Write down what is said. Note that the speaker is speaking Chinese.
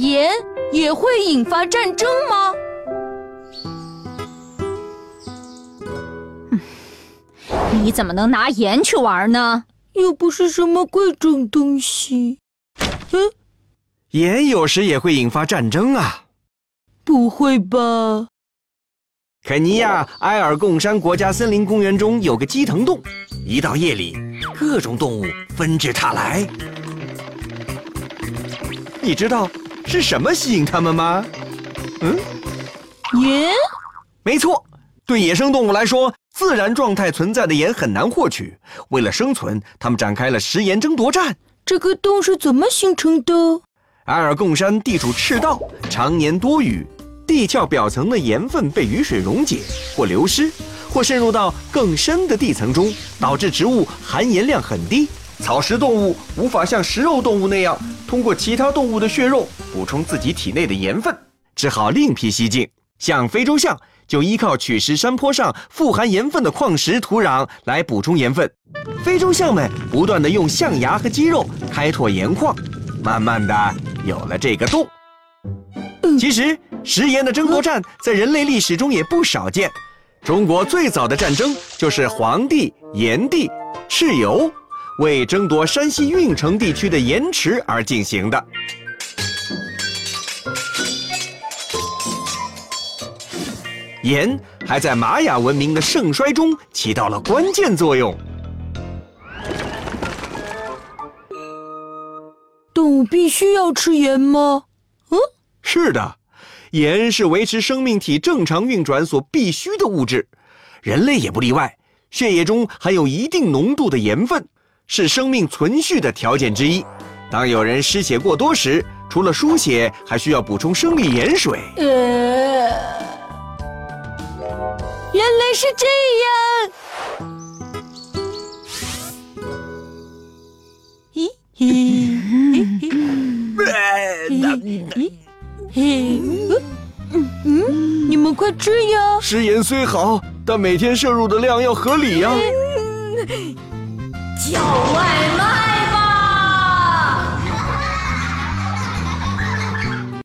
盐也会引发战争吗？ 你怎么能拿盐去玩呢？ 又不是什么贵重东西。 盐有时也会引发战争啊。 不会吧？ 肯尼亚埃尔贡山国家森林公园中有个鸡藤洞，一到夜里，各种动物纷至沓来。你知道是什么吸引它们吗？ 盐？ 没错，对野生动物来说，自然状态存在的盐很难获取。为了生存，它们展开了食盐争夺战。 这个洞是怎么形成的？ 埃尔贡山地处赤道，常年多雨，地壳表层的盐分被雨水溶解或流失，或渗入到更深的地层中，导致植物含盐量很低。草食动物无法像食肉动物那样通过其他动物的血肉补充自己体内的盐分，只好另辟蹊径。像非洲象就依靠取食山坡上富含盐分的矿石土壤来补充盐分。非洲象们不断地用象牙和肌肉开拓盐矿，慢慢的有了这个洞。其实食盐的争夺战在人类历史中也不少见。中国最早的战争就是黄帝、炎帝、蚩尤为争夺山西运城地区的盐池而进行的。盐还在玛雅文明的盛衰中起到了关键作用。 动物必须要吃盐吗？ 是的，盐是维持生命体正常运转所必须的物质，人类也不例外。血液中含有一定浓度的盐分，是生命存续的条件之一。当有人失血过多时，除了输血，还需要补充生理盐水。 原来是这样。你们快吃呀！ 食盐虽好，但每天摄入的量要合理呀。 叫外卖。